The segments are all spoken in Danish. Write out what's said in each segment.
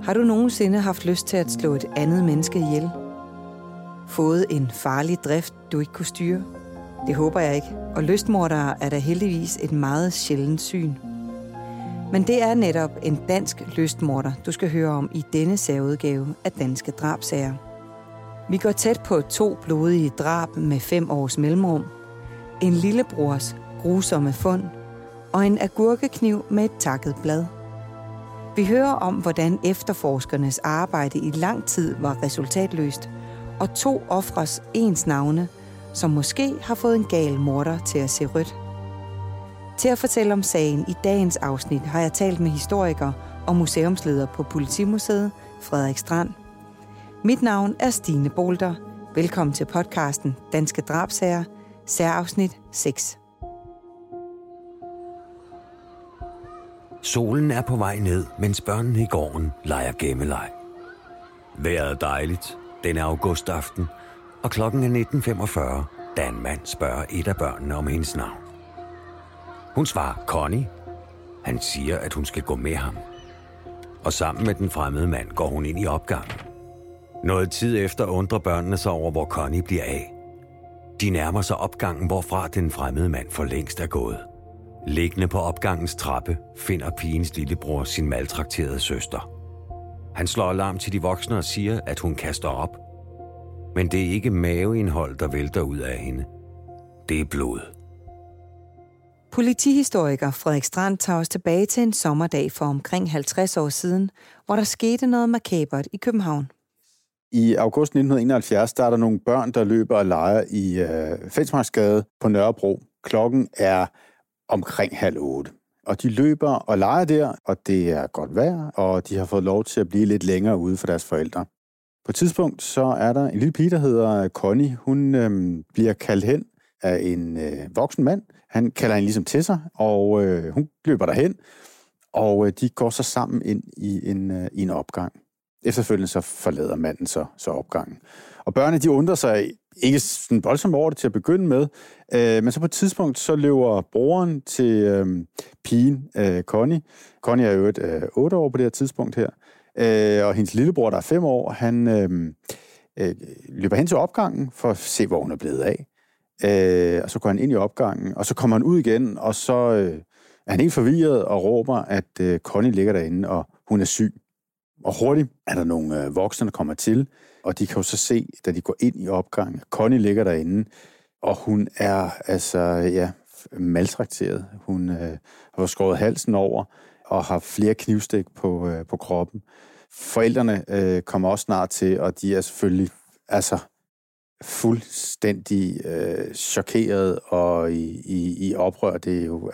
Har du nogensinde haft lyst til at slå et andet menneske ihjel? Fået en farlig drift, du ikke kunne styre? Det håber jeg ikke, og lystmordere er da heldigvis et meget sjældent syn. Men det er netop en dansk lystmorder, du skal høre om i denne særudgave af Danske Drabsager. Vi går tæt på 2 blodige drab med 5 års mellemrum, en lillebrors grusomme fund og en agurkekniv med et takket blad. Vi hører om, hvordan efterforskernes arbejde i lang tid var resultatløst, og 2 ofres ens navne, som måske har fået en gal morder til at se rødt. Til at fortælle om sagen i dagens afsnit har jeg talt med historiker og museumsleder på Politimuseet, Frederik Strand. Mit navn er Stine Bolter. Velkommen til podcasten Danske Drabsager, særafsnit 6. Solen er på vej ned, mens børnene i gården leger gemmeleg. Vejret er dejligt, den er augustaften, og klokken er 19.45, da en mand spørger et af børnene om hendes navn. Hun svarer Connie. Han siger, at hun skal gå med ham. Og sammen med den fremmede mand går hun ind i opgangen. Noget tid efter undrer børnene sig over, hvor Connie bliver af. De nærmer sig opgangen, hvorfra den fremmede mand for længst er gået. Liggende på opgangens trappe finder pigens lillebror sin maltrakterede søster. Han slår alarm til de voksne og siger, at hun kaster op. Men det er ikke maveindhold, der vælter ud af hende. Det er blod. Politihistoriker Frederik Strand tager os tilbage til en sommerdag for omkring 50 år siden, hvor der skete noget makabert i København. I august 1971 der er der nogle børn, der løber og leger i Fensmarksgade på Nørrebro. Klokken er omkring 7:30. Og de løber og leger der, og det er godt vejr, og de har fået lov til at blive lidt længere ude for deres forældre. På et tidspunkt så er der en lille pige, der hedder Connie. Hun bliver kaldt hen af en voksen mand. Han kalder hende ligesom til sig, og hun løber derhen, og de går så sammen ind i en opgang. Efterfølgende så forlader manden så opgangen. Og børnene, de undrer sig ikke sådan voldsomt over det til at begynde med, men så på et tidspunkt, så løber broren til pigen, Connie. Connie er jo 8 år på det her tidspunkt her, og hendes lillebror, der er 5 år, han løber hen til opgangen for at se, hvor hun er blevet af. Og så går han ind i opgangen, og så kommer han ud igen, og så er han helt forvirret og råber, at Connie ligger derinde, og hun er syg. Og hurtigt er der nogle voksne, der kommer til, og de kan jo så se, da de går ind i opgangen, at Connie ligger derinde, og hun er maltrakteret. Hun har skåret halsen over og har flere knivstik på kroppen. Forældrene kommer også snart til, og de er selvfølgelig fuldstændig chokeret og i oprør. Det er jo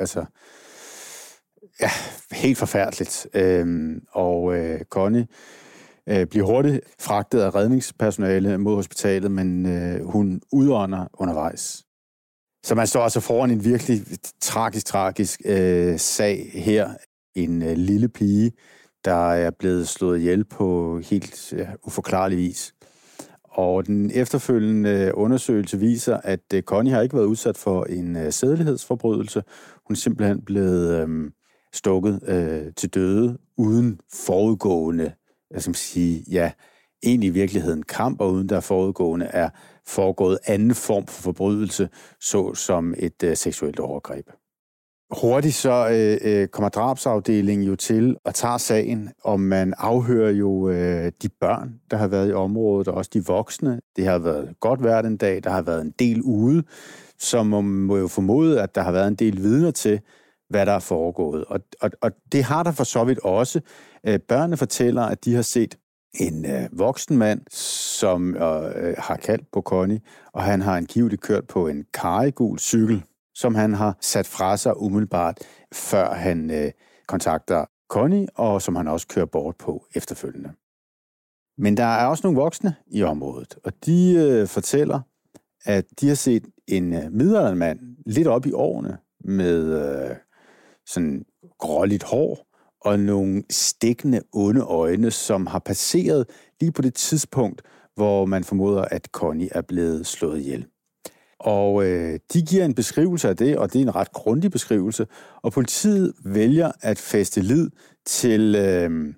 helt forfærdeligt. Connie bliver hurtigt fragtet af redningspersonale mod hospitalet, men hun udånder undervejs. Så man står altså foran en virkelig tragisk sag her. En lille pige, der er blevet slået ihjel på helt uforklarlig vis. Og den efterfølgende undersøgelse viser, at Connie har ikke været udsat for en sædelighedsforbrydelse. Hun er simpelthen blevet stukket til døde uden forudgående, egentlig i virkeligheden kamp, og uden der forudgående er foregået anden form for forbrydelse, såsom et seksuelt overgreb. Hurtigt så kommer drabsafdelingen jo til og tager sagen, og man afhører jo de børn, der har været i området, og også de voksne. Det har været godt vejr den dag, der har været en del ude, så man må jo formode, at der har været en del vidner til, hvad der er foregået. Og det har der for så vidt også. Børnene fortæller, at de har set en voksen mand, som har kaldt på Connie, og han har angiveligt kørt på en karregul cykel, som han har sat fra sig umiddelbart, før han kontakter Connie, og som han også kører bort på efterfølgende. Men der er også nogle voksne i området, og de fortæller, at de har set en midaldrende mand lidt op i årene med sådan gråligt hår og nogle stikkende onde øjne, som har passeret lige på det tidspunkt, hvor man formoder, at Connie er blevet slået ihjel. Og de giver en beskrivelse af det, og det er en ret grundig beskrivelse, og politiet vælger at fæste lid til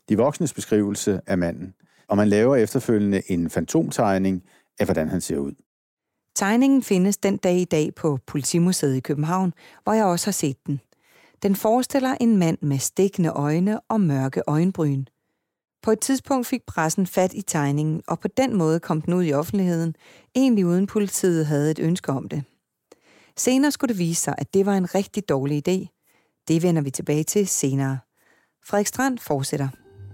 de voksnes beskrivelse af manden, og man laver efterfølgende en fantomtegning af, hvordan han ser ud. Tegningen findes den dag i dag på Politimuseet i København, hvor jeg også har set den. Den forestiller en mand med stikkende øjne og mørke øjenbryn. På et tidspunkt fik pressen fat i tegningen, og på den måde kom den ud i offentligheden, egentlig uden politiet havde et ønske om det. Senere skulle det vise sig, at det var en rigtig dårlig idé. Det vender vi tilbage til senere. Frederik Strand fortsætter.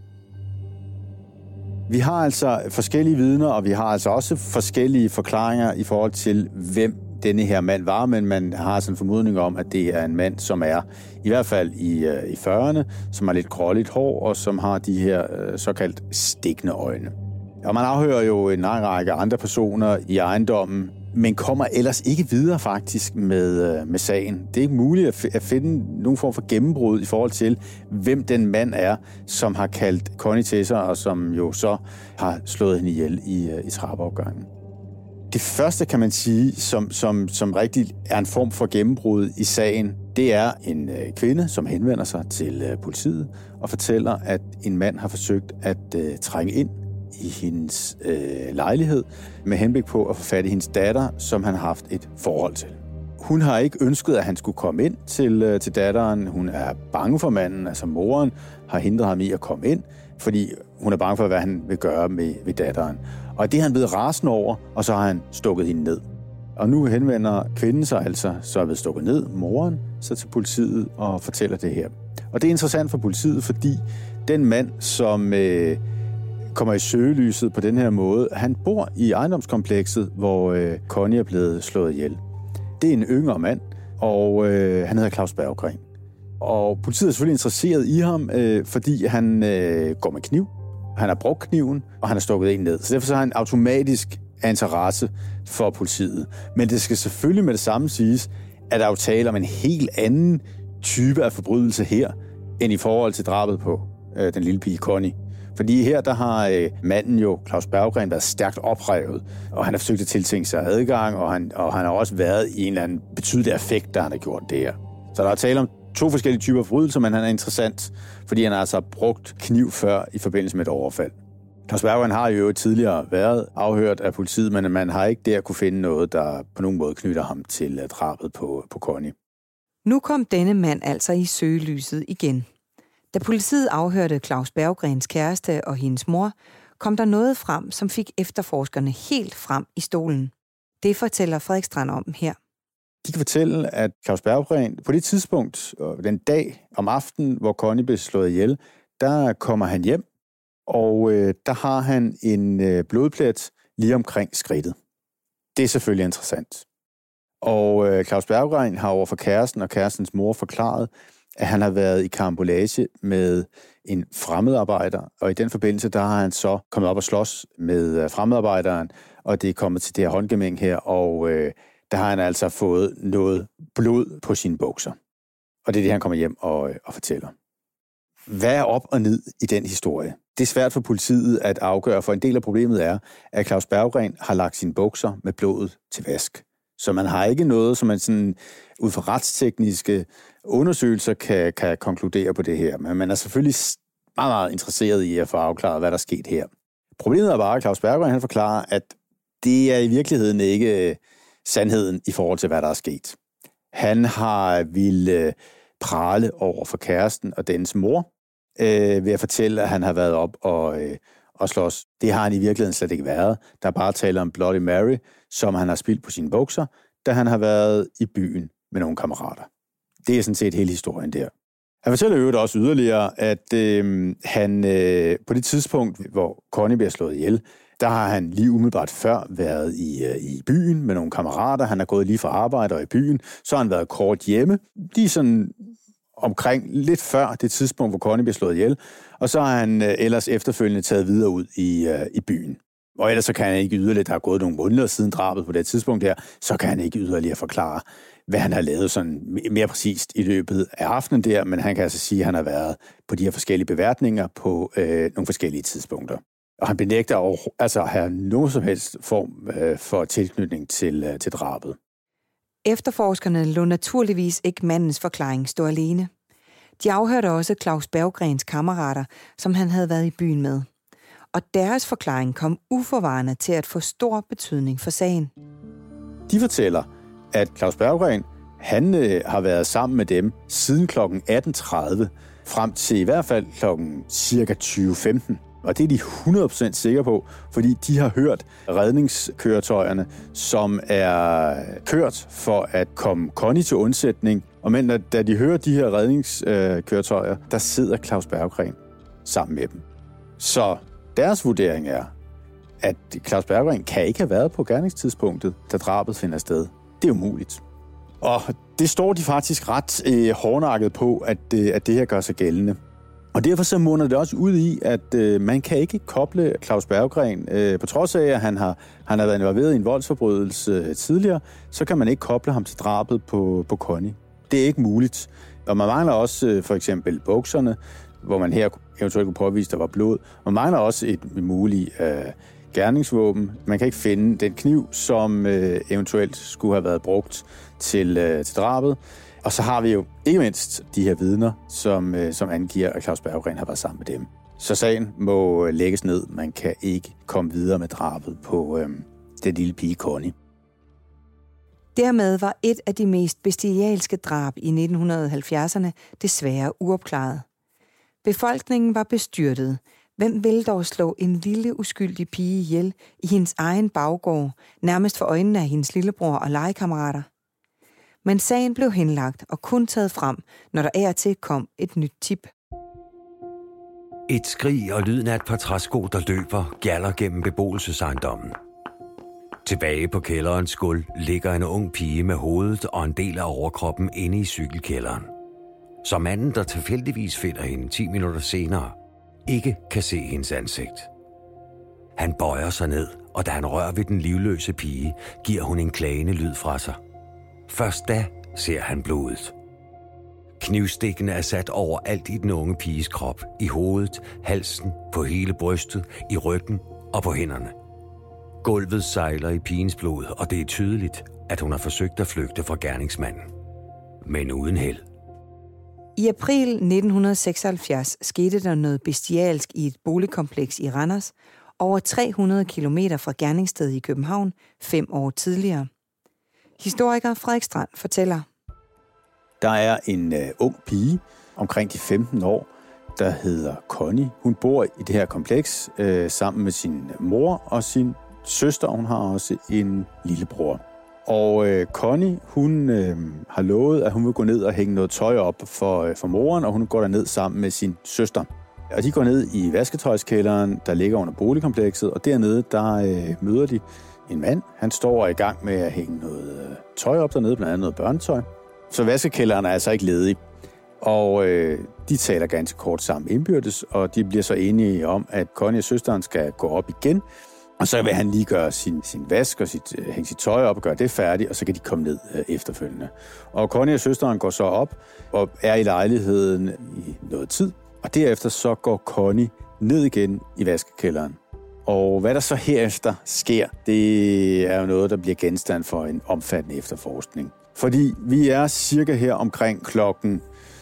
Vi har altså forskellige vidner, og vi har altså også forskellige forklaringer i forhold til, hvem denne her mand var, men man har sådan en formodning om, at det er en mand, som er i hvert fald i 40'erne, som har lidt gråligt hår, og som har de her såkaldt stikkende øjne. Og man afhører jo en lang række andre personer i ejendommen, men kommer ellers ikke videre faktisk med sagen. Det er ikke muligt at finde nogen form for gennembrud i forhold til, hvem den mand er, som har kaldt Connie til sig, og som jo så har slået hende ihjel i trappeopgangen. Det første, kan man sige, som rigtig er en form for gennembrud i sagen, det er en kvinde, som henvender sig til politiet og fortæller, at en mand har forsøgt at trænge ind i hendes lejlighed med henblik på at få fat i hendes datter, som han har haft et forhold til. Hun har ikke ønsket, at han skulle komme ind til datteren. Hun er bange for manden, altså moren har hindret ham i at komme ind, fordi hun er bange for, hvad han vil gøre med datteren. Og det er han blevet rasende over, og så har han stukket hende ned. Og nu henvender kvinden sig altså, så er blevet stukket ned, moren, så til politiet og fortæller det her. Og det er interessant for politiet, fordi den mand, som kommer i søgelyset på den her måde, han bor i ejendomskomplekset, hvor Connie er blevet slået ihjel. Det er en yngre mand, og han hedder Claus Berggren. Og politiet er selvfølgelig interesseret i ham, fordi han går med kniv. Han har brugt kniven, og han har stukket en ned. Så derfor så har han automatisk interesse for politiet. Men det skal selvfølgelig med det samme siges, at der er jo tale om en helt anden type af forbrydelse her, end i forhold til drabet på den lille pige Connie. Fordi her, der har manden jo, Claus Berggren, været stærkt oprevet, og han har forsøgt at tiltænke sig adgang, og han har også været i en eller anden betydelig affekt, da han har gjort det her. Så der er tale om 2 forskellige typer forbrydelser, men han er interessant, fordi han har altså brugt kniv før i forbindelse med et overfald. Claus Berggren har jo tidligere været afhørt af politiet, men man har ikke der kunne finde noget, der på nogen måde knytter ham til drabet på Connie. Nu kom denne mand altså i søgelyset igen. Da politiet afhørte Claus Berggrens kæreste og hendes mor, kom der noget frem, som fik efterforskerne helt frem i stolen. Det fortæller Frederik Strand om her. De kan fortælle, at Claus Berggren på det tidspunkt, den dag om aftenen, hvor Connie blev slået ihjel, der kommer han hjem, og der har han en blodplet lige omkring skridtet. Det er selvfølgelig interessant. Og Claus Berggren har overfor kæresten og kærestens mor forklaret, at han har været i karambolage med en fremmedarbejder, og i den forbindelse, der har han så kommet op og slås med fremmedarbejderen, og det er kommet til det her håndgemæng her, og der har han altså fået noget blod på sine bukser. Og det er det, han kommer hjem og fortæller. Hvad er op og ned i den historie? Det er svært for politiet at afgøre, for en del af problemet er, at Claus Berggren har lagt sine bukser med blodet til vask. Så man har ikke noget, som man sådan ud fra retstekniske undersøgelser kan konkludere på det her. Men man er selvfølgelig meget, meget interesseret i at få afklaret, hvad der er sket her. Problemet er bare, at Claus Berggren han forklarer, at det er i virkeligheden ikke sandheden i forhold til, hvad der er sket. Han har ville prale over for kæresten og dens mor ved at fortælle, at han har været op og slås. Det har han i virkeligheden slet ikke været. Der er bare tale om Bloody Mary, som han har spildt på sine bukser, da han har været i byen med nogle kammerater. Det er sådan set hele historien der. Han fortæller jo også yderligere, at han på det tidspunkt, hvor Connie bliver slået ihjel, der har han lige umiddelbart før været i byen med nogle kammerater. Han er gået lige fra arbejde og i byen. Så har han været kort hjemme. De er sådan omkring lidt før det tidspunkt, hvor Connie bliver slået ihjel. Og så har han ellers efterfølgende taget videre ud i byen. Og ellers så kan han ikke yderligere, der er gået nogle måneder siden drabet på det tidspunkt her, så kan han ikke yderligere forklare, hvad han har lavet sådan mere præcist i løbet af aftenen der, men han kan altså sige, at han har været på de her forskellige beværtninger på nogle forskellige tidspunkter. Og han benægter altså at have nogen som helst form for tilknytning til drabet. Efterforskerne lå naturligvis ikke mandens forklaring stå alene. De afhørte også Claus Berggrens kammerater, som han havde været i byen med. Og deres forklaring kom uforvarende til at få stor betydning for sagen. De fortæller, at Claus Berggren, han har været sammen med dem siden kl. 18.30, frem til i hvert fald klokken cirka 20.15. Og det er de 100% sikre på, fordi de har hørt redningskøretøjerne, som er kørt for at komme Connie til undsætning. Og men da de hører de her redningskøretøjer, der sidder Claus Berggren sammen med dem. Så deres vurdering er, at Claus Berggren kan ikke have været på gerningstidspunktet, da drabet finder sted. Det er umuligt. Og det står de faktisk ret hårdnakket på, at det her gør sig gældende. Og derfor så munder det også ud i, at man kan ikke koble Claus Berggren, på trods af, at han har været involveret i en voldsforbrydelse tidligere, så kan man ikke koble ham til drabet på Connie. Det er ikke muligt. Og man mangler også for eksempel bukserne, hvor man her eventuelt kunne påvise, der var blod. Man mangler også et muligt gerningsvåben. Man kan ikke finde den kniv, som eventuelt skulle have været brugt til drabet. Og så har vi jo ikke mindst de her vidner, som angiver, at Claus Berggren har været sammen med dem. Så sagen må lægges ned. Man kan ikke komme videre med drabet på den lille pige Connie. Dermed var et af de mest bestialske drab i 1970'erne desværre uopklaret. Befolkningen var bestyrtet. Hvem ville dog slå en lille uskyldig pige ihjel i hendes egen baggård, nærmest for øjnene af hendes lillebror og legekammerater? Men sagen blev henlagt og kun taget frem, når der af og til kom et nyt tip. Et skrig og lyden af et par træsko, der løber, gjalder gennem beboelsesejendommen. Tilbage på kælderens gulv ligger en ung pige med hovedet og en del af overkroppen inde i cykelkælderen. Så manden, der tilfældigvis finder hende 10 minutter senere, ikke kan se hendes ansigt. Han bøjer sig ned, og da han rører ved den livløse pige, giver hun en klagende lyd fra sig. Først da ser han blodet. Knivstikkene er sat overalt i den unge piges krop, i hovedet, halsen, på hele brystet, i ryggen og på hænderne. Gulvet sejler i pigens blod, og det er tydeligt, at hun har forsøgt at flygte fra gerningsmanden. Men uden held. I april 1976 skete der noget bestialsk i et boligkompleks i Randers, over 300 kilometer fra gerningsstedet i København 5 år tidligere. Historiker Frederik Strand fortæller. Der er en ung pige omkring de 15 år, der hedder Connie. Hun bor i det her kompleks sammen med sin mor og sin søster. Hun har også en lillebror. Og Connie, hun har lovet, at hun vil gå ned og hænge noget tøj op for moren, og hun går derned sammen med sin søster. Og de går ned i vasketøjskælderen, der ligger under boligkomplekset, og dernede, der møder de en mand. Han står i gang med at hænge noget tøj op dernede, blandt andet noget børnetøj. Så vaskekælderen er altså ikke ledig. Og de taler ganske kort sammen indbyrdes, og de bliver så enige om, at Connie og søsteren skal gå op igen. Og så vil han lige gøre sin vask og hænge sit tøj op og gøre det færdigt, og så kan de komme ned efterfølgende. Og Connie og søsteren går så op og er i lejligheden i noget tid. Og derefter så går Connie ned igen i vaskekælderen. Og hvad der så herefter sker, det er jo noget, der bliver genstand for en omfattende efterforskning. Fordi vi er cirka her omkring klokken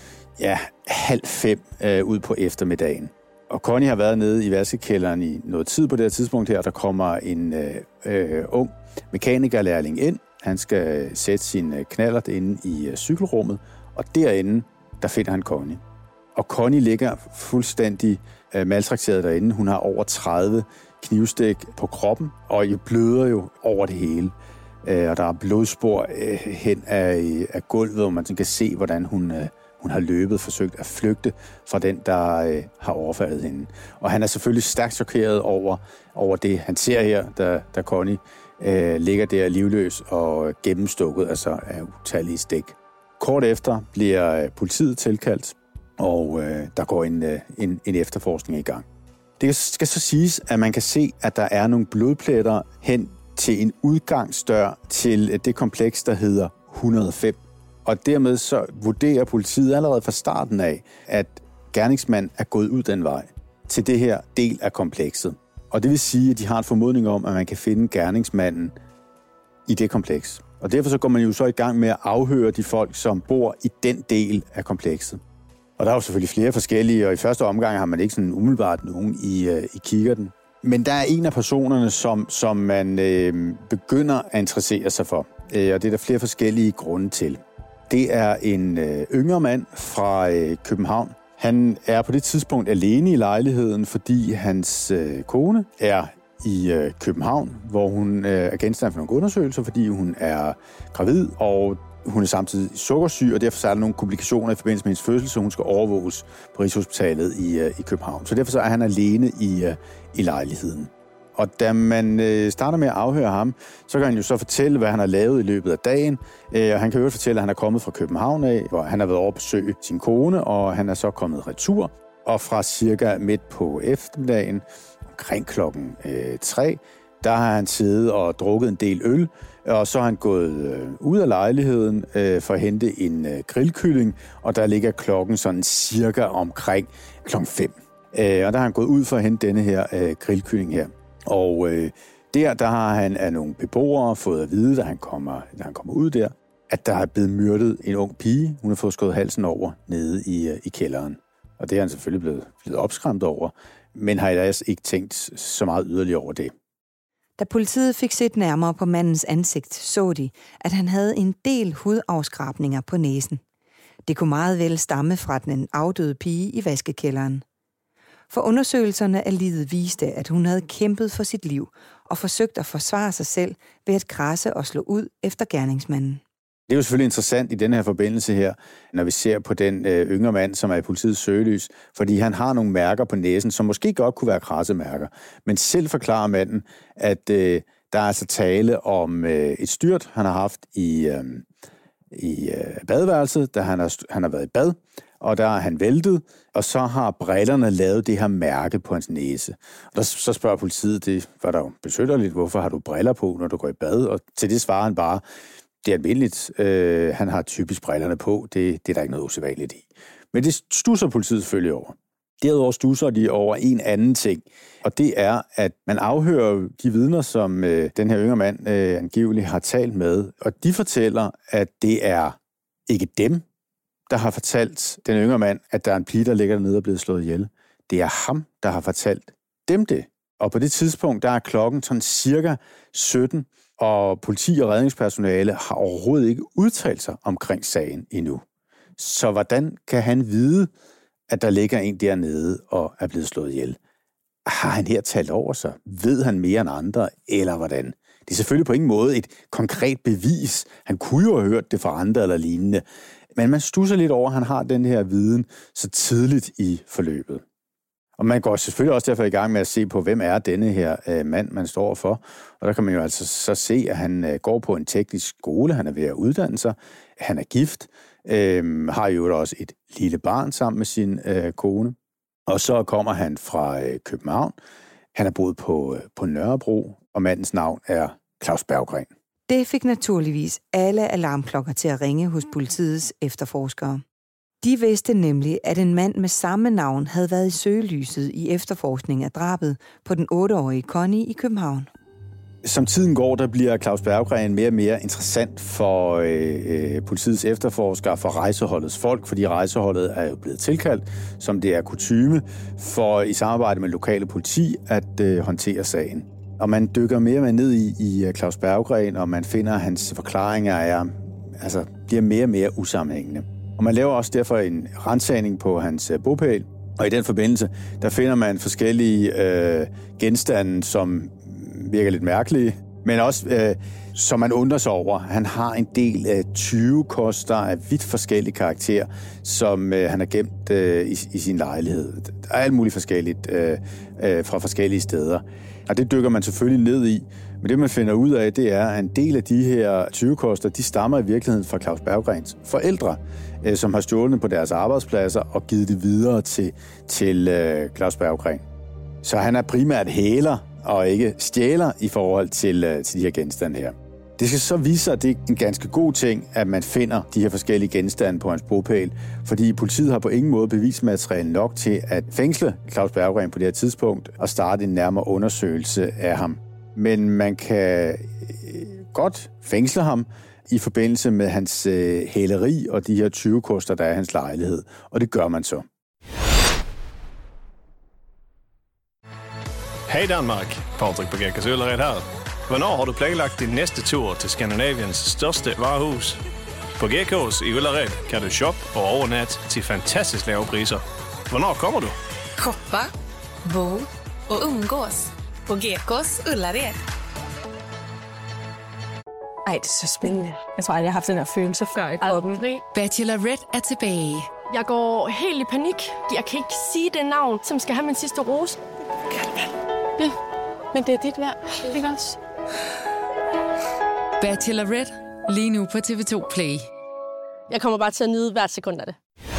4:30 ud på eftermiddagen. Og Connie har været nede i vaskekælderen i noget tid på det her tidspunkt her. Der kommer en ung mekanikerlærling ind. Han skal sætte sin knallert inde i cykelrummet. Og derinde, der finder han Connie. Og Connie ligger fuldstændig maltrakteret derinde. Hun har over 30 knivstik på kroppen, og bløder jo over det hele. Og der er blodspor hen af gulvet, hvor man kan se, hvordan hun har løbet, forsøgt at flygte fra den, der har overfaldet hende. Og han er selvfølgelig stærkt chokeret over det, han ser her, da Connie ligger der livløs og gennemstukket altså af utallige stik. Kort efter bliver politiet tilkaldt, og der går en efterforskning i gang. Det skal så siges, at man kan se, at der er nogle blodpletter hen til en udgangsdør til det kompleks, der hedder 105. Og dermed så vurderer politiet allerede fra starten af, at gerningsmanden er gået ud den vej til det her del af komplekset. Og det vil sige, at de har en formodning om, at man kan finde gerningsmanden i det kompleks. Og derfor så går man jo så i gang med at afhøre de folk, som bor i den del af komplekset. Og der er jo selvfølgelig flere forskellige, og i første omgang har man ikke sådan umiddelbart nogen i kikkerten. Men der er en af personerne, som man begynder at interessere sig for, og det er der flere forskellige grunde til. Det er en yngre mand fra København. Han er på det tidspunkt alene i lejligheden, fordi hans kone er i København, hvor hun er genstand for nogle undersøgelser, fordi hun er gravid, og hun er samtidig sukkersyg, og derfor er der nogle komplikationer i forbindelse med hendes fødsel, så hun skal overvåges på Rigshospitalet i København. Så derfor er han alene i lejligheden. Og da man starter med at afhøre ham, så kan han jo så fortælle, hvad han har lavet i løbet af dagen. Og han kan jo fortælle, at han er kommet fra København af, hvor han har været over at besøge sin kone, og han er så kommet retur. Og fra cirka midt på eftermiddagen, omkring klokken 3, der har han siddet og drukket en del øl, og så har han gået ud af lejligheden for at hente en grillkylling, og der ligger klokken sådan cirka omkring klokken 5. Og der har han gået ud for at hente denne her grillkylling her. Og der har han af nogle beboere fået at vide, da han kommer ud der, at der er blevet myrdet en ung pige. Hun har fået skåret halsen over nede i kælderen. Og det er han selvfølgelig blevet opskræmt over, men har ellers ikke tænkt så meget yderligere over det. Da politiet fik set nærmere på mandens ansigt, så de, at han havde en del hudafskrabninger på næsen. Det kunne meget vel stamme fra den afdøde pige i vaskekælderen. For undersøgelserne af livet viste, at hun havde kæmpet for sit liv og forsøgt at forsvare sig selv ved at krasse og slå ud efter gerningsmanden. Det er jo selvfølgelig interessant i den her forbindelse her, når vi ser på den yngre mand, som er i politiets søgelys, fordi han har nogle mærker på næsen, som måske godt kunne være krassemærker. Men selv forklarer manden, at der er altså tale om et styrt, han har haft i badeværelset, da han har været i bad, og der er han væltet, og så har brillerne lavet det her mærke på hans næse. Og så spørger politiet, det var der jo besøtterligt, hvorfor har du briller på, når du går i bad? Og til det svarer han bare, det er almindeligt. Han har typisk brillerne på. Det er der ikke noget usædvanligt i. Men det stusser politiet selvfølgelig over. Derudover stusser de over en anden ting, og det er, at man afhører de vidner, som den her yngre mand angiveligt har talt med, og de fortæller, at det er ikke dem, der har fortalt den yngre mand, at der er en pige, der ligger dernede og er blevet slået ihjel. Det er ham, der har fortalt dem det. Og på det tidspunkt, der er klokken sådan cirka 17, og politi og redningspersonale har overhovedet ikke udtalt sig omkring sagen endnu. Så hvordan kan han vide, at der ligger en dernede og er blevet slået ihjel? Har han her talt over sig? Ved han mere end andre, eller hvordan? Det er selvfølgelig på ingen måde et konkret bevis. Han kunne jo have hørt det fra andre eller lignende. Men man stusser lidt over, at han har den her viden så tidligt i forløbet. Og man går selvfølgelig også derfor i gang med at se på, hvem er denne her mand, man står for. Og der kan man jo altså så se, at han går på en teknisk skole, han er ved at uddanne sig, han er gift, har jo også et lille barn sammen med sin kone. Og så kommer han fra København. Han er boet på Nørrebro, og mandens navn er Claus Berggren. Det fik naturligvis alle alarmklokker til at ringe hos politiets efterforskere. De vidste nemlig, at en mand med samme navn havde været i søgelyset i efterforskning af drabet på den 8-årige Connie i København. Som tiden går, der bliver Claus Berggren mere og mere interessant for politiets efterforskere, for rejseholdets folk, fordi rejseholdet er jo blevet tilkaldt, som det er kutyme, for i samarbejde med lokale politi at håndtere sagen. Og man dykker mere og mere ned i Claus Berggren, og man finder, at hans forklaringer bliver mere og mere usammenhængende. Og man laver også derfor en ransagning på hans bopæl, og i den forbindelse, der finder man forskellige genstande, som virker lidt mærkelige, men også som man undrer sig over. Han har en del af 20 koster af vidt forskellige karakterer, som han har gemt i sin lejlighed. Der er alt muligt forskelligt fra forskellige steder. Og det dykker man selvfølgelig ned i. Men det, man finder ud af, det er, at en del af de her 20-koster, de stammer i virkeligheden fra Claus Berggrens forældre, som har stjålet på deres arbejdspladser og givet det videre til Claus Berggren. Så han er primært hæler og ikke stjæler i forhold til de her genstande her. Det skal så vise sig, at det er en ganske god ting, at man finder de her forskellige genstande på hans bopæl, fordi politiet har på ingen måde bevismateriale nok til at fængsle Claus Berggren på det her tidspunkt og starte en nærmere undersøgelse af ham. Men man kan godt fængsle ham i forbindelse med hans hæleri og de her 20-koster, der er i hans lejlighed. Og det gør man så. Hej Danmark, Patrick på Gekkas Øllered her. Hvornår har du planlagt din næste tur til Skandinaviens største varehus? På Gekkas i Øllered kan du shoppe og overnatte til fantastisk lave priser. Hvornår kommer du? Shoppa, bo och umgås på Gekkas Ullared. Ej, det er så spændende. Jeg tror aldrig, jeg har haft den her følelse før i kroppen. Bachelorette er tilbage. Jeg går helt i panik. Jeg kan ikke sige det navn, som skal have min sidste rose. Ja, men det er dit værd. Ikke også? Bachelorette lige nu på TV2 Play. Jeg kommer bare til at nyde hvert sekund af det.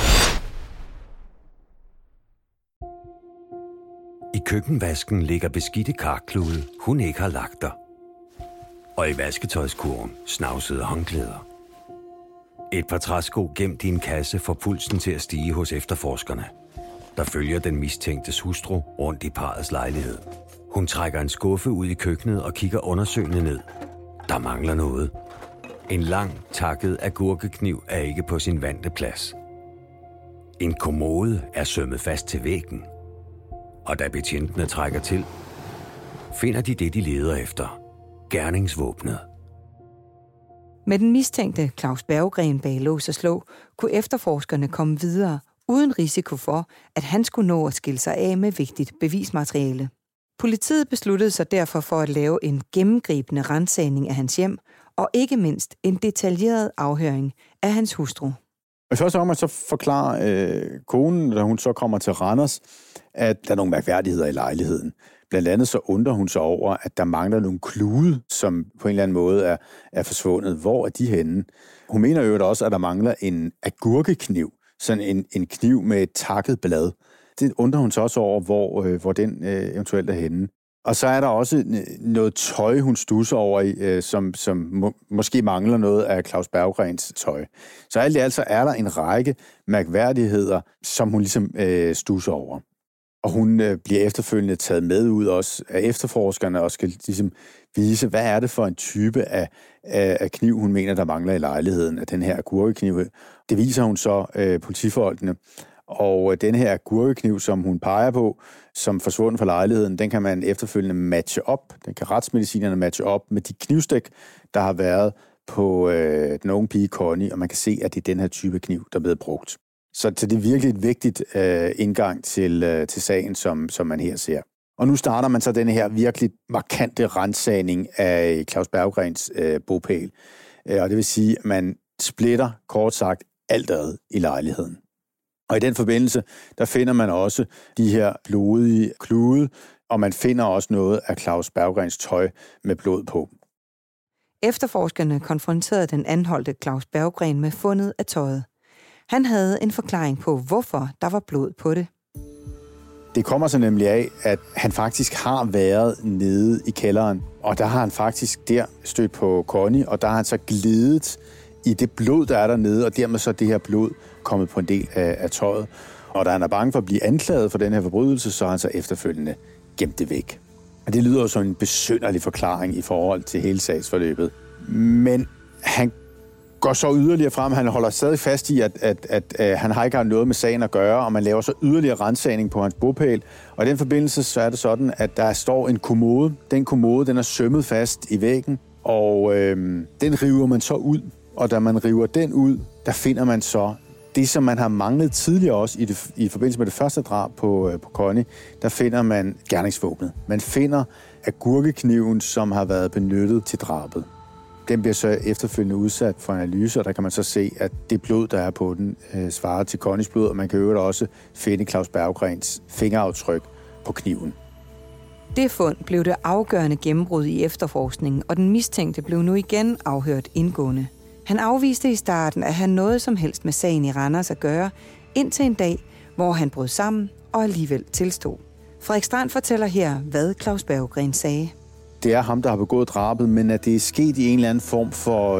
I køkkenvasken ligger beskidte karklude, hun ikke har lagt der. Og i vasketøjskurven snavsede håndklæder. Et par træsko gemt i en kasse får pulsen til at stige hos efterforskerne, der følger den mistænktes hustru rundt i parrets lejlighed. Hun trækker en skuffe ud i køkkenet og kigger undersøgende ned. Der mangler noget. En lang, takket agurkekniv er ikke på sin vante plads. En kommode er sømmet fast til væggen. Og da betjentene trækker til, finder de det, de leder efter. Gerningsvåbnet. Med den mistænkte Claus Berggren bag lås og slå, kunne efterforskerne komme videre, uden risiko for, at han skulle nå at skille sig af med vigtigt bevismateriale. Politiet besluttede sig derfor for at lave en gennemgribende ransagning af hans hjem, og ikke mindst en detaljeret afhøring af hans hustru. I første omgang så forklarer konen, da hun så kommer til Randers, at der er nogle mærkværdigheder i lejligheden. Blandt andet så undrer hun sig over, at der mangler nogle klude, som på en eller anden måde er forsvundet. Hvor er de henne? Hun mener jo også, at der mangler en agurkekniv, sådan en kniv med et takket blad. Det undrer hun sig også over, hvor den eventuelt er henne. Og så er der også noget tøj, hun stusser over i, som måske mangler noget af Claus Berggrens tøj. Så alt i alt så er der en række mærkværdigheder, som hun ligesom stusser over. Og hun bliver efterfølgende taget med ud også af efterforskerne og skal ligesom vise, hvad er det for en type af kniv, hun mener, der mangler i lejligheden af den her agurkekniv. Det viser hun så politifolkene. Og den her agurkekniv, som hun peger på, som forsvundet fra lejligheden, den kan man efterfølgende matche op. Den kan retsmedicinerne matche op med de knivstik, der har været på den unge pige Connie, og man kan se, at det er den her type kniv, der er blevet brugt. Så det er virkelig et vigtigt indgang til sagen, som man her ser. Og nu starter man så denne her virkelig markante ransagning af Claus Berggrens bopæl. Og det vil sige, at man splitter, kort sagt, alt ad i lejligheden. Og i den forbindelse, der finder man også de her blodige klude, og man finder også noget af Claus Berggrens tøj med blod på. Efterforskerne konfronterede den anholdte Claus Berggren med fundet af tøjet. Han havde en forklaring på, hvorfor der var blod på det. Det kommer så nemlig af, at han faktisk har været nede i kælderen, og der har han faktisk der stødt på Connie, og der har han så glidet i det blod, der er dernede, og dermed så det her blod kommet på en del af tøjet. Og da han er bange for at blive anklaget for den her forbrydelse, så har han så efterfølgende gemt det væk. Og det lyder jo som en besynderlig forklaring i forhold til hele sagsforløbet. Men han går så yderligere frem. Han holder stadig fast i, at han har ikke noget med sagen at gøre, og man laver så yderligere ransagning på hans bopæl. Og i den forbindelse så er det sådan, at der står en kommode. Den kommode, den er sømmet fast i væggen, og den river man så ud. Og da man river den ud, der finder man så det, som man har manglet tidligere også i forbindelse med det første drab på Connie, der finder man gerningsvåbnet. Man finder agurkekniven, som har været benyttet til drabet. Den bliver så efterfølgende udsat for analyse, og der kan man så se, at det blod, der er på den, svarer til Connies blod, og man kan øvrigt også finde Claus Berggrens fingeraftryk på kniven. Det fund blev det afgørende gennembrud i efterforskningen, og den mistænkte blev nu igen afhørt indgående. Han afviste i starten, at han noget som helst med sagen i Randers at gøre, indtil en dag, hvor han brød sammen og alligevel tilstod. Frederik Strand fortæller her, hvad Claus Berggren sagde. Det er ham, der har begået drabet, men at det er sket i en eller anden form for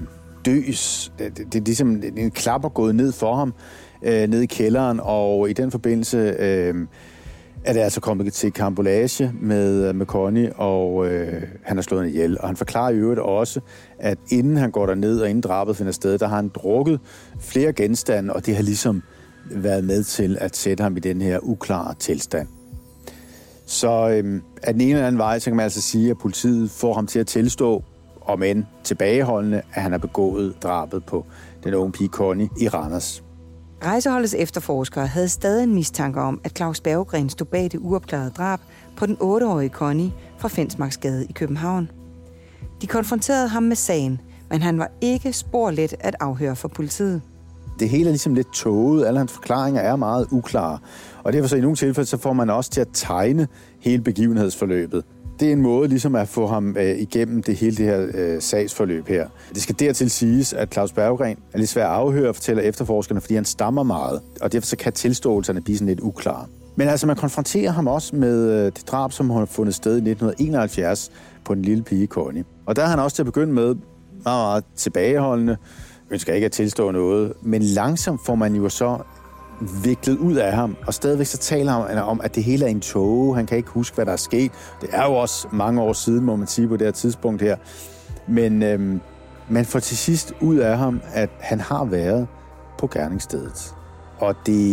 døs. Det er ligesom en klapper gået ned for ham, ned i kælderen, og i den forbindelse er det altså kommet til karambolage med Connie, og han har slået hende ihjel. Og han forklarer i øvrigt også, at inden han går derned, og inden drabet finder sted, der har han drukket flere genstande, og det har ligesom været med til at sætte ham i den her uklare tilstand. Så af den ene eller anden vej, så kan man altså sige, at politiet får ham til at tilstå, om end tilbageholdende, at han har begået drabet på den unge pige Connie i Randers. Rejseholdets efterforskere havde stadig en mistanke om, at Claus Berggren stod bag det uopklarede drab på den 8-årige Connie fra Fensmarksgade i København. De konfronterede ham med sagen, men han var ikke spor let at afhøre for politiet. Det hele er ligesom lidt tåget, alle hans forklaringer er meget uklare, og derfor så i nogle tilfælde, så får man også til at tegne hele begivenhedsforløbet. Det er en måde ligesom at få ham igennem hele det her sagsforløb her. Det skal dertil siges, at Claus Berggren er lidt svær at afhøre, fortæller efterforskerne, fordi han stammer meget, og derfor så kan tilståelserne blive sådan lidt uklare. Men altså, man konfronterer ham også med det drab, som har fundet sted i 1971 på den lille pige Connie. Og der er han også til at begynde med meget tilbageholdende, ønsker ikke at tilstå noget, men langsomt får man jo så viklet ud af ham, og stadigvæk så taler han om, at det hele er en tåge. Han kan ikke huske, hvad der er sket. Det er jo også mange år siden, må man sige, på det her tidspunkt her. Men man får til sidst ud af ham, at han har været på gerningsstedet. Og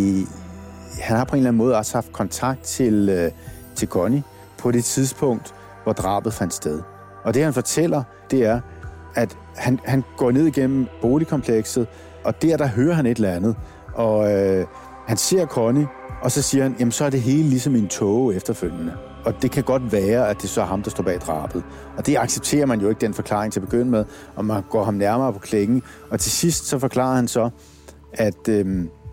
han har på en eller anden måde også haft kontakt til Connie på det tidspunkt, hvor drabet fandt sted. Og det, han fortæller, det er, at han går ned igennem boligkomplekset, og der hører han et eller andet. Og han ser Connie, og så siger han, jamen så er det hele ligesom en tåge efterfølgende. Og det kan godt være, at det så er ham, der står bag drabet. Og det accepterer man jo ikke, den forklaring til at begynde med, og man går ham nærmere på klingen. Og til sidst så forklarer han så, at et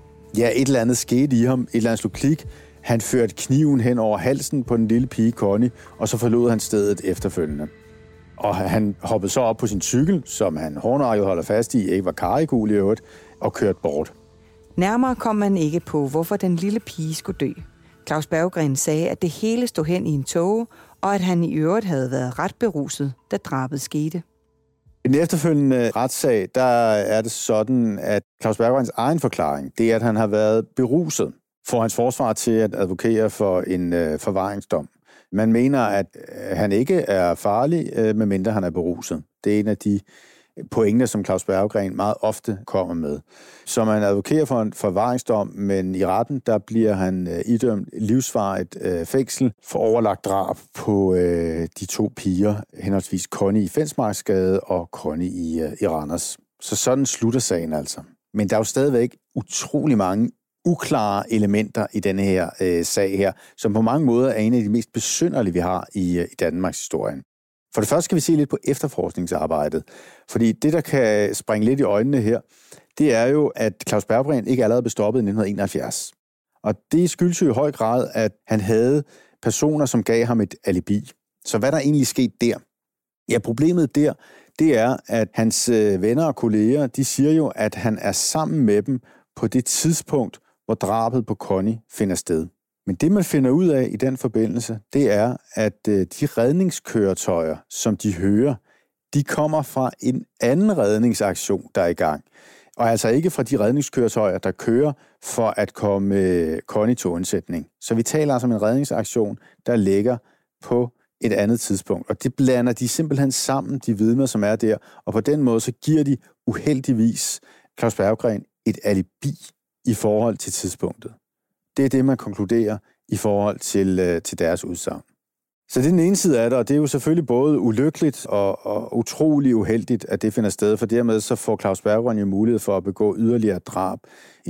eller andet skete i ham, et eller andet slog klik. Han førte kniven hen over halsen på den lille pige Connie, og så forlod han stedet efterfølgende. Og han hoppede så op på sin cykel, som han hårdnakket holder fast i, ikke var karikul i øvrigt, og kørte bort. Nærmere kom man ikke på, hvorfor den lille pige skulle dø. Claus Berggren sagde, at det hele stod hen i en tåge, og at han i øvrigt havde været ret beruset, da drabet skete. I den efterfølgende retssag, der er det sådan, at Claus Berggrens egen forklaring, det er, at han har været beruset, får hans forsvar til at advokere for en forvaringsdom. Man mener, at han ikke er farlig, medmindre han er beruset. Det er en af de pointer, som Claus Berggren meget ofte kommer med. Så man advokerer for en forvaringsdom, men i retten, der bliver han idømt livsvarigt fængsel for overlagt drab på de 2 piger, henholdsvis Connie i Fensmarksgade og Connie i Randers. Så sådan slutter sagen altså. Men der er jo stadigvæk utrolig mange uklare elementer i denne her sag her, som på mange måder er en af de mest besynderlige, vi har i Danmarks historie. For det første skal vi se lidt på efterforskningsarbejdet, fordi det, der kan springe lidt i øjnene her, det er jo, at Claus Berggren ikke allerede blev stoppet i 1971. Og det skyldes jo i høj grad, at han havde personer, som gav ham et alibi. Så hvad der egentlig skete der? Ja, problemet der, det er, at hans venner og kolleger, de siger jo, at han er sammen med dem på det tidspunkt, hvor drabet på Connie finder sted. Men det, man finder ud af i den forbindelse, det er, at de redningskøretøjer, som de hører, de kommer fra en anden redningsaktion, der er i gang. Og altså ikke fra de redningskøretøjer, der kører for at komme Connie til undsætning. Så vi taler altså om en redningsaktion, der ligger på et andet tidspunkt. Og det blander de simpelthen sammen, de vidner, som er der. Og på den måde, så giver de uheldigvis Claus Berggren et alibi i forhold til tidspunktet. Det er det, man konkluderer i forhold til deres udsagn. Så det er den ene side af det, og det er jo selvfølgelig både ulykkeligt og utrolig uheldigt, at det finder sted, for dermed så får Claus Berggren jo mulighed for at begå yderligere drab i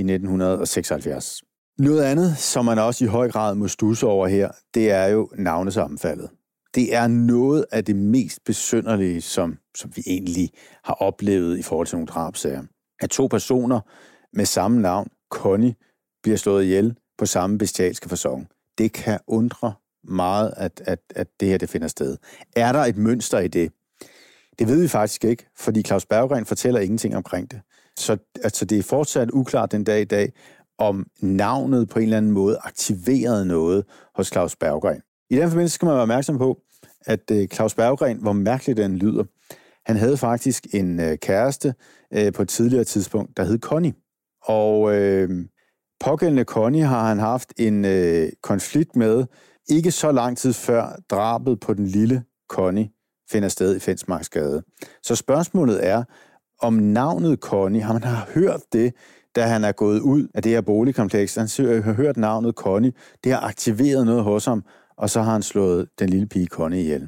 1976. Noget andet, som man også i høj grad må studse over her, det er jo navnesammenfaldet. Det er noget af det mest besynderlige, som vi egentlig har oplevet i forhold til nogle drabsager. At 2 personer med samme navn, Connie, bliver slået ihjel på samme bestialske facon. Det kan undre meget, at det her det finder sted. Er der et mønster i det? Det ved vi faktisk ikke, fordi Claus Berggren fortæller ingenting omkring det. Så altså, det er fortsat uklart den dag i dag, om navnet på en eller anden måde aktiverede noget hos Claus Berggren. I den forbindelse skal man være opmærksom på, at Claus Berggren, hvor mærkeligt den lyder, han havde faktisk en kæreste på et tidligere tidspunkt, der hed Connie. Og pågældende Connie har han haft en konflikt med, ikke så lang tid før drabet på den lille Connie finder sted i Fensmarksgade. Så spørgsmålet er, om navnet Connie, har man hørt det, da han er gået ud af det her boligkompleks. Han har hørt navnet Connie, det har aktiveret noget hos ham, og så har han slået den lille pige Connie ihjel.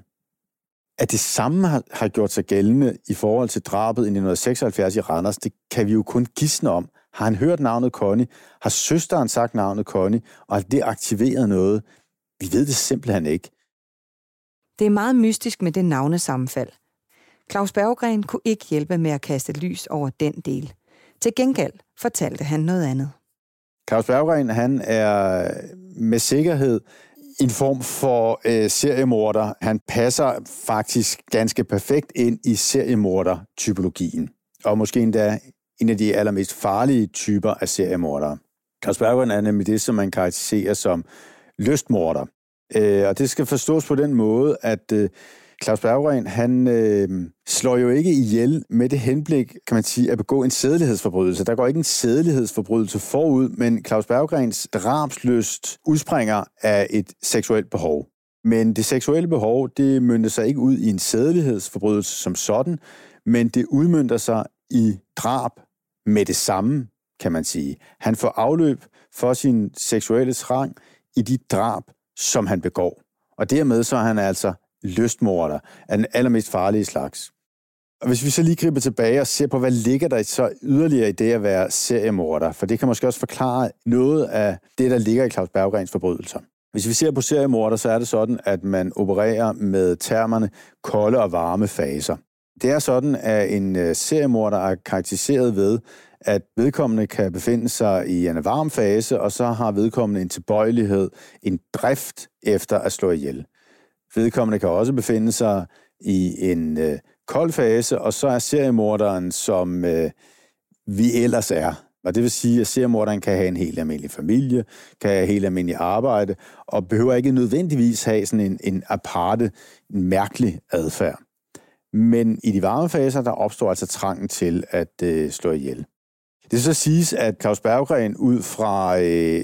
At det samme har gjort sig gældende i forhold til drabet i 1976 i Randers, det kan vi jo kun gisne om. Har han hørt navnet Connie? Har søsteren sagt navnet Connie? Og har det aktiveret noget? Vi ved det simpelthen ikke. Det er meget mystisk med det navnesammenfald. Claus Berggren kunne ikke hjælpe med at kaste lys over den del. Til gengæld fortalte han noget andet. Claus Berggren, han er med sikkerhed en form for seriemorder. Han passer faktisk ganske perfekt ind i seriemorder-typologien. Og måske endda en af de allermest farlige typer af seriemordere. Claus Berggren er nemlig det, som man karakteriserer som lystmorder. Og det skal forstås på den måde, at Claus Berggren, han slår jo ikke ihjel med det henblik, kan man sige, at begå en sædelighedsforbrydelse. Der går ikke en sædelighedsforbrydelse forud, men Claus Berggrens drabslyst udspringer af et seksuelt behov. Men det seksuelle behov, det mønter sig ikke ud i en sædelighedsforbrydelse som sådan, men det udmønter sig i drab med det samme, kan man sige. Han får afløb for sin seksuelle trang i de drab, som han begår. Og dermed så er han altså lystmorder af den allermest farlige slags. Og hvis vi så lige griber tilbage og ser på, hvad ligger der så yderligere i det at være seriemorder, for det kan måske også forklare noget af det, der ligger i Claus Berggrens forbrydelser. Hvis vi ser på seriemorder, så er det sådan, at man opererer med termerne kolde og varme faser. Det er sådan, at en seriemorder er karakteriseret ved, at vedkommende kan befinde sig i en varm fase, og så har vedkommende en tilbøjelighed, en drift efter at slå ihjel. Vedkommende kan også befinde sig i en kold fase, og så er seriemorderen, som vi ellers er. Og det vil sige, at seriemorderen kan have en helt almindelig familie, kan have helt almindelig arbejde, og behøver ikke nødvendigvis have sådan en aparte, en mærkelig adfærd. Men i de varme faser, der opstår altså trangen til at slå ihjel. Det så siges, at Claus Berggren ud fra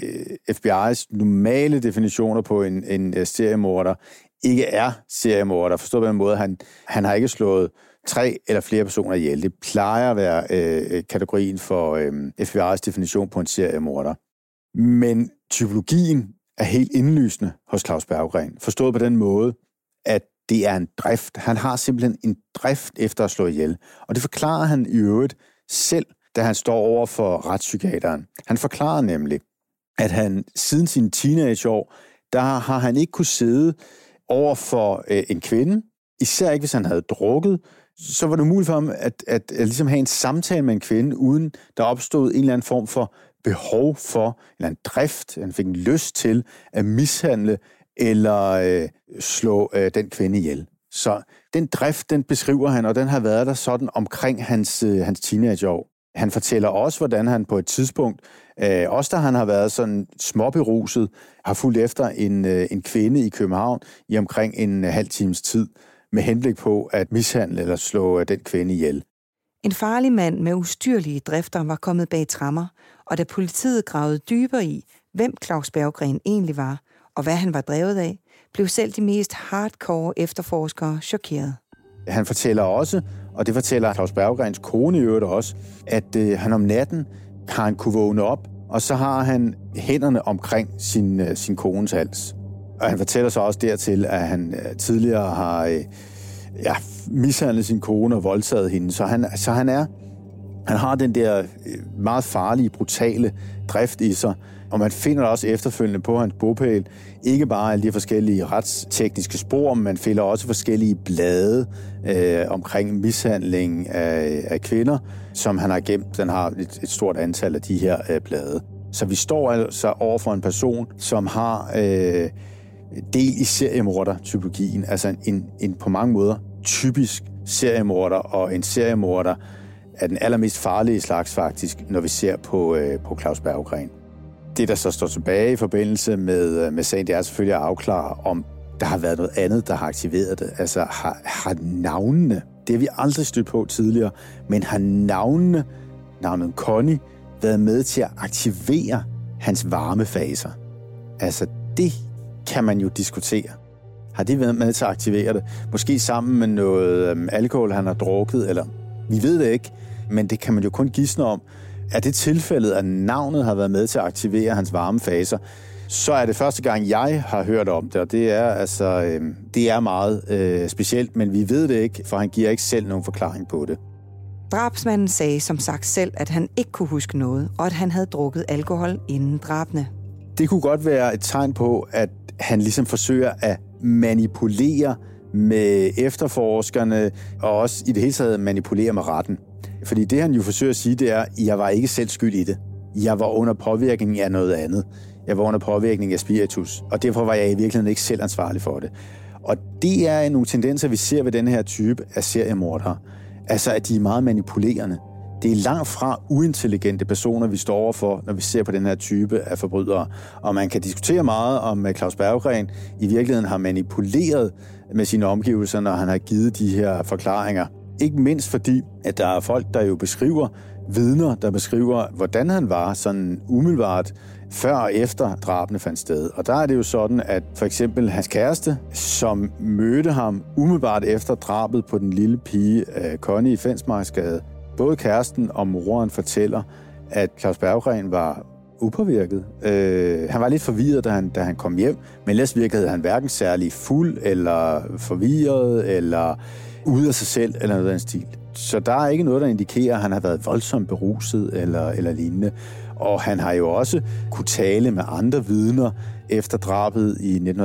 FBI's normale definitioner på en seriemorder, ikke er seriemorder. Forstået på den måde, han har ikke slået 3 eller flere personer ihjel. Det plejer at være kategorien for FBI's definition på en seriemorder. Men typologien er helt indlysende hos Claus Berggren. Forstået på den måde, at det er en drift. Han har simpelthen en drift efter at slå ihjel. Og det forklarer han i øvrigt selv, da han står over for retspsykiateren. Han forklarer nemlig, at han siden sine teenageår, der har han ikke kunne sidde over for en kvinde, især ikke hvis han havde drukket, så var det muligt for ham at ligesom have en samtale med en kvinde, uden der opstod en eller anden form for behov for, eller en drift, han fik en lyst til at mishandle eller slå den kvinde ihjel. Så den drift, den beskriver han, og den har været der sådan omkring hans teenageår. Han fortæller også, hvordan han på et tidspunkt, også da han har været sådan småberuset, har fulgt efter en kvinde i København i omkring en halv times tid, med henblik på at mishandle eller slå den kvinde ihjel. En farlig mand med ustyrlige drifter var kommet bag tremmer, og da politiet gravede dybere i, hvem Claus Berggren egentlig var, og hvad han var drevet af, blev selv de mest hardcore efterforskere chokeret. Han fortæller også, og det fortæller Claus Berggrens kone i øvrigt også, at han om natten har han kunne vågne op, og så har han hænderne omkring sin kones hals. Og han fortæller så også dertil, at han tidligere har mishandlet sin kone og voldtaget hende. Så han har den der meget farlige, brutale drift i sig. Og man finder også efterfølgende på hans bopæl ikke bare alle de forskellige retstekniske spor, men man finder også forskellige blade omkring mishandling af kvinder, som han har gemt. Den har et stort antal af de her blade. Så vi står altså over for en person, som har del i seriemorder-typologien, altså en på mange måder typisk seriemorder, og en seriemorder er den allermest farlige slags faktisk, når vi ser på Claus Berggren. Det, der så står tilbage i forbindelse med sagen, det er selvfølgelig at afklare, om der har været noget andet, der har aktiveret det. Altså har navnene, det har vi aldrig stødt på tidligere, men har navnet Connie været med til at aktivere hans varme faser. Altså, det kan man jo diskutere. Har det været med til at aktivere det? Måske sammen med noget alkohol, han har drukket, eller vi ved det ikke, men det kan man jo kun gisne om. Er det tilfældet, at navnet har været med til at aktivere hans varme faser, så er det første gang, jeg har hørt om det, og det er meget specielt, men vi ved det ikke, for han giver ikke selv nogen forklaring på det. Drabsmanden sagde som sagt selv, at han ikke kunne huske noget, og at han havde drukket alkohol inden drabene. Det kunne godt være et tegn på, at han ligesom forsøger at manipulere med efterforskerne, og også i det hele taget manipulere med retten. Fordi det, han jo forsøger at sige, det er, at jeg var ikke selv skyld i det. Jeg var under påvirkning af noget andet. Jeg var under påvirkning af spiritus, og derfor var jeg i virkeligheden ikke selv ansvarlig for det. Og det er nogle tendenser, vi ser ved den her type af seriemordere. Altså, at de er meget manipulerende. Det er langt fra uintelligente personer, vi står overfor, når vi ser på den her type af forbrydere. Og man kan diskutere meget om Claus Berggren i virkeligheden har manipuleret med sine omgivelser, når han har givet de her forklaringer. Ikke mindst fordi, at der er folk, der jo beskriver vidner, der beskriver, hvordan han var sådan umiddelbart før og efter drabene fandt sted. Og der er det jo sådan, at for eksempel hans kæreste, som mødte ham umiddelbart efter drabet på den lille pige Connie i Fensmarksgade, både kæresten og moren fortæller, at Claus Berggren var upåvirket. Han var lidt forvirret, da han kom hjem, men ellers virkede han hverken særlig fuld, eller forvirret, eller ude af sig selv, eller noget af den stil. Så der er ikke noget, der indikerer, at han har været voldsomt beruset, eller lignende. Og han har jo også kunne tale med andre vidner efter drabet i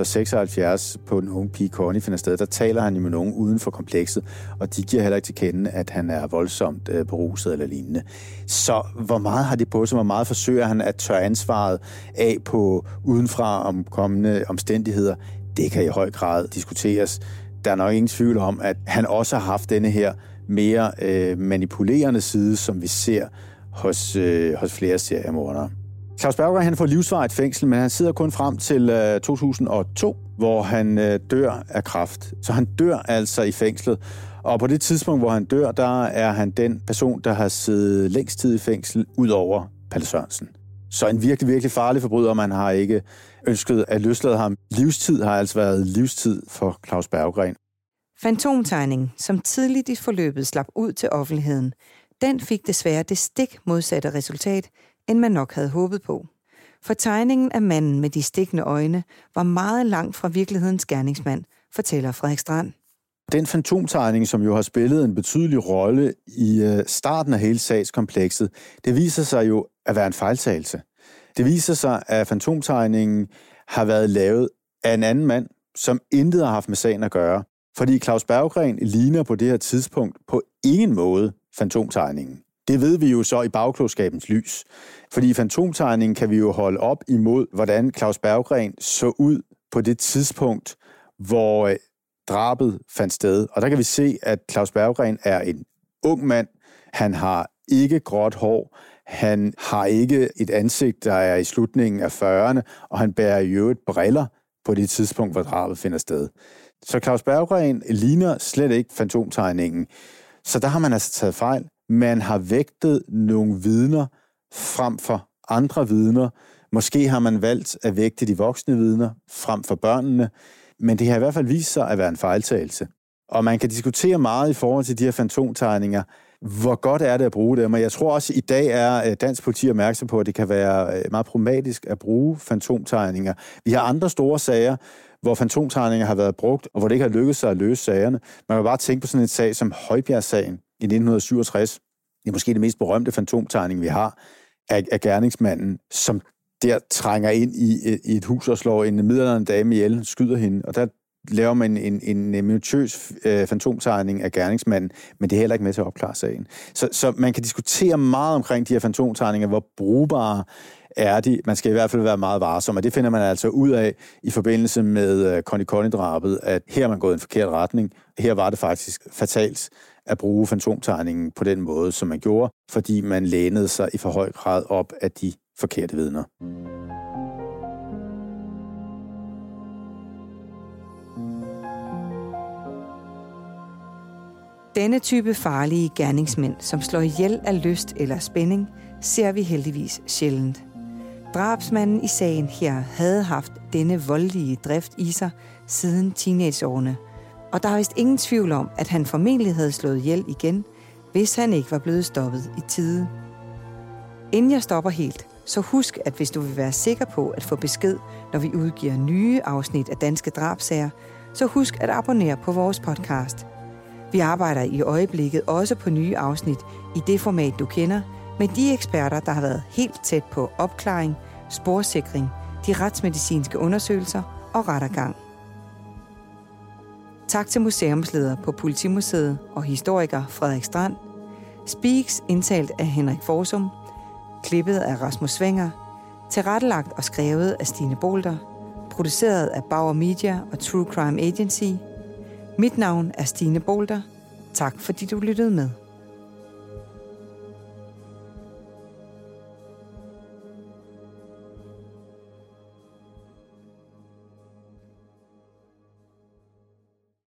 1976 på en unge pige Connie finder sted. Der taler han jo med nogen uden for komplekset, og de giver heller ikke til kende, at han er voldsomt beruset eller lignende. Så hvor meget har det på sig? Hvor meget forsøger han at tørre ansvaret af på udenfra omkommende omstændigheder? Det kan i høj grad diskuteres. Der er nok ingen tvivl om, at han også har haft denne her mere manipulerende side, som vi ser hos flere seriemordere. Claus Berggren, han får livsvarigt fængsel, men han sidder kun frem til 2002, hvor han dør af kræft. Så han dør altså i fængslet. Og på det tidspunkt, hvor han dør, der er han den person, der har siddet længst tid i fængsel, ud over Palle Sørensen. Så en virkelig, virkelig farlig forbryder, man har ikke ønsket at løslade ham. Livstid har altså været livstid for Claus Berggren. Fantomtegningen, som tidligt i forløbet slap ud til offentligheden, den fik desværre det stik modsatte resultat, end man nok havde håbet på. For tegningen af manden med de stikkende øjne var meget langt fra virkelighedens gerningsmand, fortæller Frederik Strand. Den fantomtegning, som jo har spillet en betydelig rolle i starten af hele sagskomplekset, det viser sig jo at være en fejltagelse. Det viser sig, at fantomtegningen har været lavet af en anden mand, som intet har haft med sagen at gøre. Fordi Claus Berggren ligner på det her tidspunkt på ingen måde fantomtegningen. Det ved vi jo så i bagklogskabens lys. Fordi fantomtegningen kan vi jo holde op imod, hvordan Claus Berggren så ud på det tidspunkt, hvor drabet fandt sted. Og der kan vi se, at Claus Berggren er en ung mand. Han har ikke gråt hår. Han har ikke et ansigt, der er i slutningen af 40'erne, og han bærer i øvrigt briller på det tidspunkt, hvor drabet finder sted. Så Claus Berggren ligner slet ikke fantomtegningen. Så der har man altså taget fejl. Man har vægtet nogle vidner frem for andre vidner. Måske har man valgt at vægte de voksne vidner frem for børnene. Men det har i hvert fald vist sig at være en fejltagelse. Og man kan diskutere meget i forhold til de her fantomtegninger. Hvor godt er det at bruge dem? Og jeg tror også, at i dag er dansk politi opmærksom på, at det kan være meget problematisk at bruge fantomtegninger. Vi har andre store sager, hvor fantomtegninger har været brugt, og hvor det ikke har lykkedes sig at løse sagerne. Man kan bare tænke på sådan en sag som Højbjerg-sagen i 1967. Det er måske det mest berømte fantomtegning, vi har, af gerningsmanden, som der trænger ind i et hus og slår en midaldrende dame ihjel, skyder hende, og der laver man en minutiøs fantomtegning af gerningsmanden, men det er heller ikke med til at opklare sagen. Så man kan diskutere meget omkring de her fantomtegninger, hvor brugbare er de. Man skal i hvert fald være meget varsom, og det finder man altså ud af i forbindelse med Connie-drabet, at her er man gået i en forkert retning. Her var det faktisk fatalt at bruge fantomtegningen på den måde, som man gjorde, fordi man lænede sig i for høj grad op af de forkerte vidner. Denne type farlige gerningsmænd, som slår ihjel af lyst eller spænding, ser vi heldigvis sjældent. drabsmanden i sagen her havde haft denne voldelige drift i sig siden teenageårene, og der er vist ingen tvivl om, at han formentlig havde slået ihjel igen, hvis han ikke var blevet stoppet i tide. Inden jeg stopper helt, så husk, at hvis du vil være sikker på at få besked, når vi udgiver nye afsnit af Danske Drabssager, så husk at abonnere på vores podcast. Vi arbejder i øjeblikket også på nye afsnit i det format, du kender, med de eksperter, der har været helt tæt på opklaring, sporsikring, de retsmedicinske undersøgelser og rettergang. Tak til museumsleder på Politimuseet og historiker Frederik Strand. Speaks indtalt af Henrik Forsum. Klippet af Rasmus Swenger. Tilrettelagt og skrevet af Stine Bolter. Produceret af Bauer Media og True Crime Agency. Mit navn er Stine Bolter. Tak fordi du lyttede med.